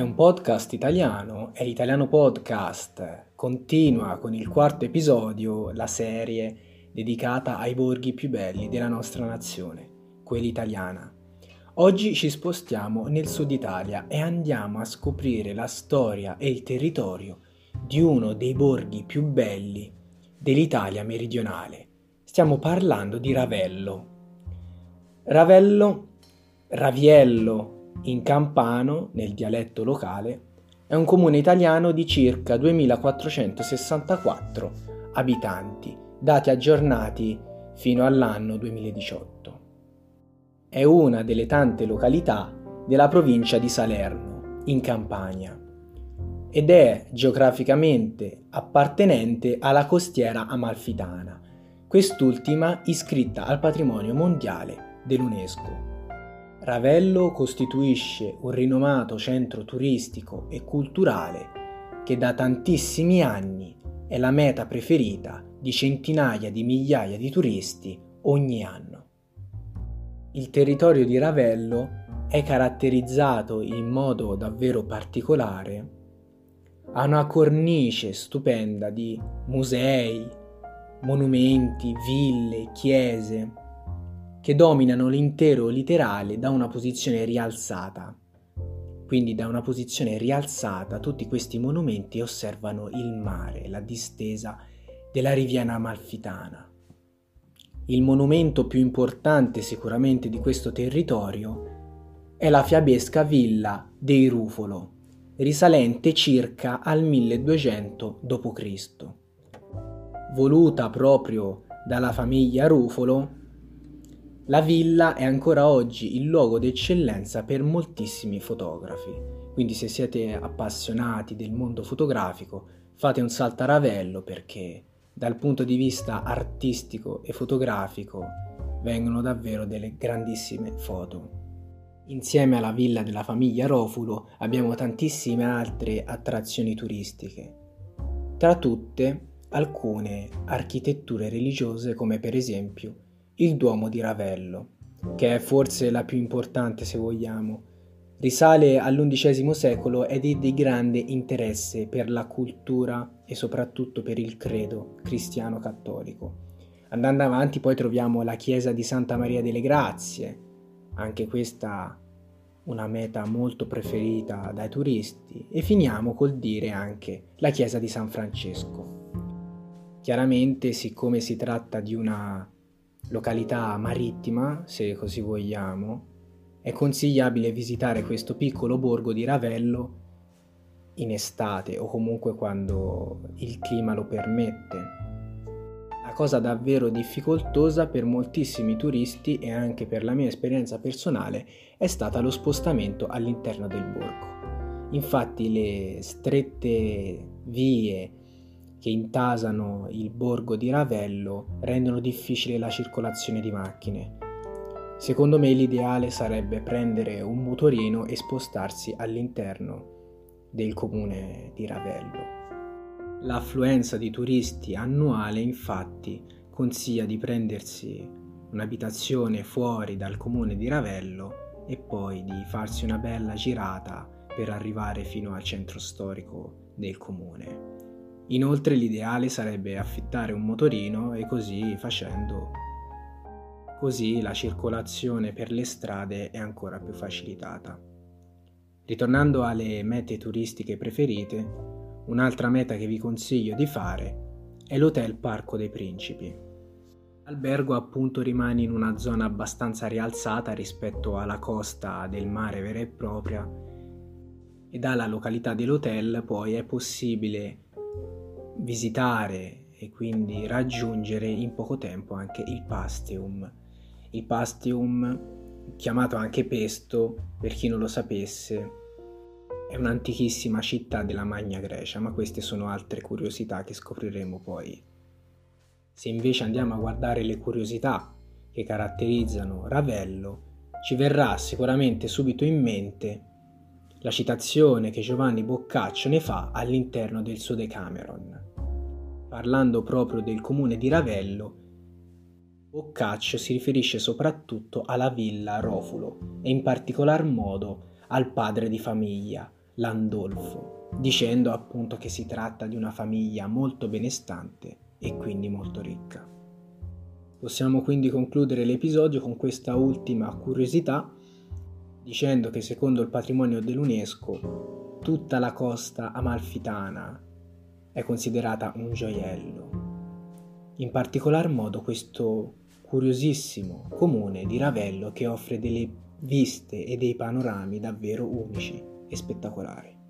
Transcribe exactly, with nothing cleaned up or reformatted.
un podcast italiano e Italiano Podcast continua con il quarto episodio la serie dedicata ai borghi più belli della nostra nazione, quella italiana. Oggi ci spostiamo nel sud Italia e andiamo a scoprire la storia e il territorio di uno dei borghi più belli dell'Italia meridionale. Stiamo parlando di Ravello. Ravello, Raviello in campano, nel dialetto locale, è un comune italiano di circa duemilaquattrocentosessantaquattro abitanti, dati aggiornati fino all'anno duemiladiciotto. È una delle tante località della provincia di Salerno, in Campania, ed è geograficamente appartenente alla costiera amalfitana, quest'ultima iscritta al patrimonio mondiale dell'UNESCO. Ravello costituisce un rinomato centro turistico e culturale che da tantissimi anni è la meta preferita di centinaia di migliaia di turisti ogni anno. Il territorio di Ravello è caratterizzato in modo davvero particolare a una cornice stupenda di musei, monumenti, ville, chiese, che dominano l'intero litorale da una posizione rialzata. Quindi da una posizione rialzata tutti questi monumenti osservano il mare, la distesa della riviera amalfitana. Il monumento più importante sicuramente di questo territorio è la fiabesca villa dei Rufolo, risalente circa al milleduecento dopo Cristo Voluta proprio dalla famiglia Rufolo, la villa è ancora oggi il luogo d'eccellenza per moltissimi fotografi, quindi se siete appassionati del mondo fotografico fate un salto a Ravello perché dal punto di vista artistico e fotografico vengono davvero delle grandissime foto. Insieme alla villa della famiglia Rofolo abbiamo tantissime altre attrazioni turistiche, tra tutte alcune architetture religiose come per esempio il Duomo di Ravello, che è forse la più importante se vogliamo. Risale all'undicesimo secolo ed è di grande interesse per la cultura e soprattutto per il credo cristiano cattolico. Andando avanti poi troviamo la chiesa di Santa Maria delle Grazie, anche questa una meta molto preferita dai turisti, e finiamo col dire anche la chiesa di San Francesco. Chiaramente, siccome si tratta di una località marittima, se così vogliamo, è consigliabile visitare questo piccolo borgo di Ravello in estate o comunque quando il clima lo permette. La cosa davvero difficoltosa per moltissimi turisti e anche per la mia esperienza personale è stata lo spostamento all'interno del borgo. Infatti le strette vie che intasano il borgo di Ravello rendono difficile la circolazione di macchine. Secondo me l'ideale sarebbe prendere un motorino e spostarsi all'interno del comune di Ravello. L'affluenza di turisti annuale infatti consiglia di prendersi un'abitazione fuori dal comune di Ravello e poi di farsi una bella girata per arrivare fino al centro storico del comune. Inoltre l'ideale sarebbe affittare un motorino e così facendo, così la circolazione per le strade è ancora più facilitata. Ritornando alle mete turistiche preferite, un'altra meta che vi consiglio di fare è l'Hotel Parco dei Principi. L'albergo appunto rimane in una zona abbastanza rialzata rispetto alla costa del mare vera e propria e dalla località dell'hotel poi è possibile visitare e quindi raggiungere in poco tempo anche il Pastium. Il Pastium, chiamato anche Pesto, per chi non lo sapesse, è un'antichissima città della Magna Grecia, ma queste sono altre curiosità che scopriremo poi. Se invece andiamo a guardare le curiosità che caratterizzano Ravello, ci verrà sicuramente subito in mente la citazione che Giovanni Boccaccio ne fa all'interno del suo Decameron. Parlando proprio del comune di Ravello, Boccaccio si riferisce soprattutto alla villa Rofulo e in particolar modo al padre di famiglia, Landolfo, dicendo appunto che si tratta di una famiglia molto benestante e quindi molto ricca. Possiamo quindi concludere l'episodio con questa ultima curiosità, dicendo che secondo il patrimonio dell'UNESCO tutta la costa amalfitana è considerata un gioiello. In particolar modo questo curiosissimo comune di Ravello, che offre delle viste e dei panorami davvero unici e spettacolari.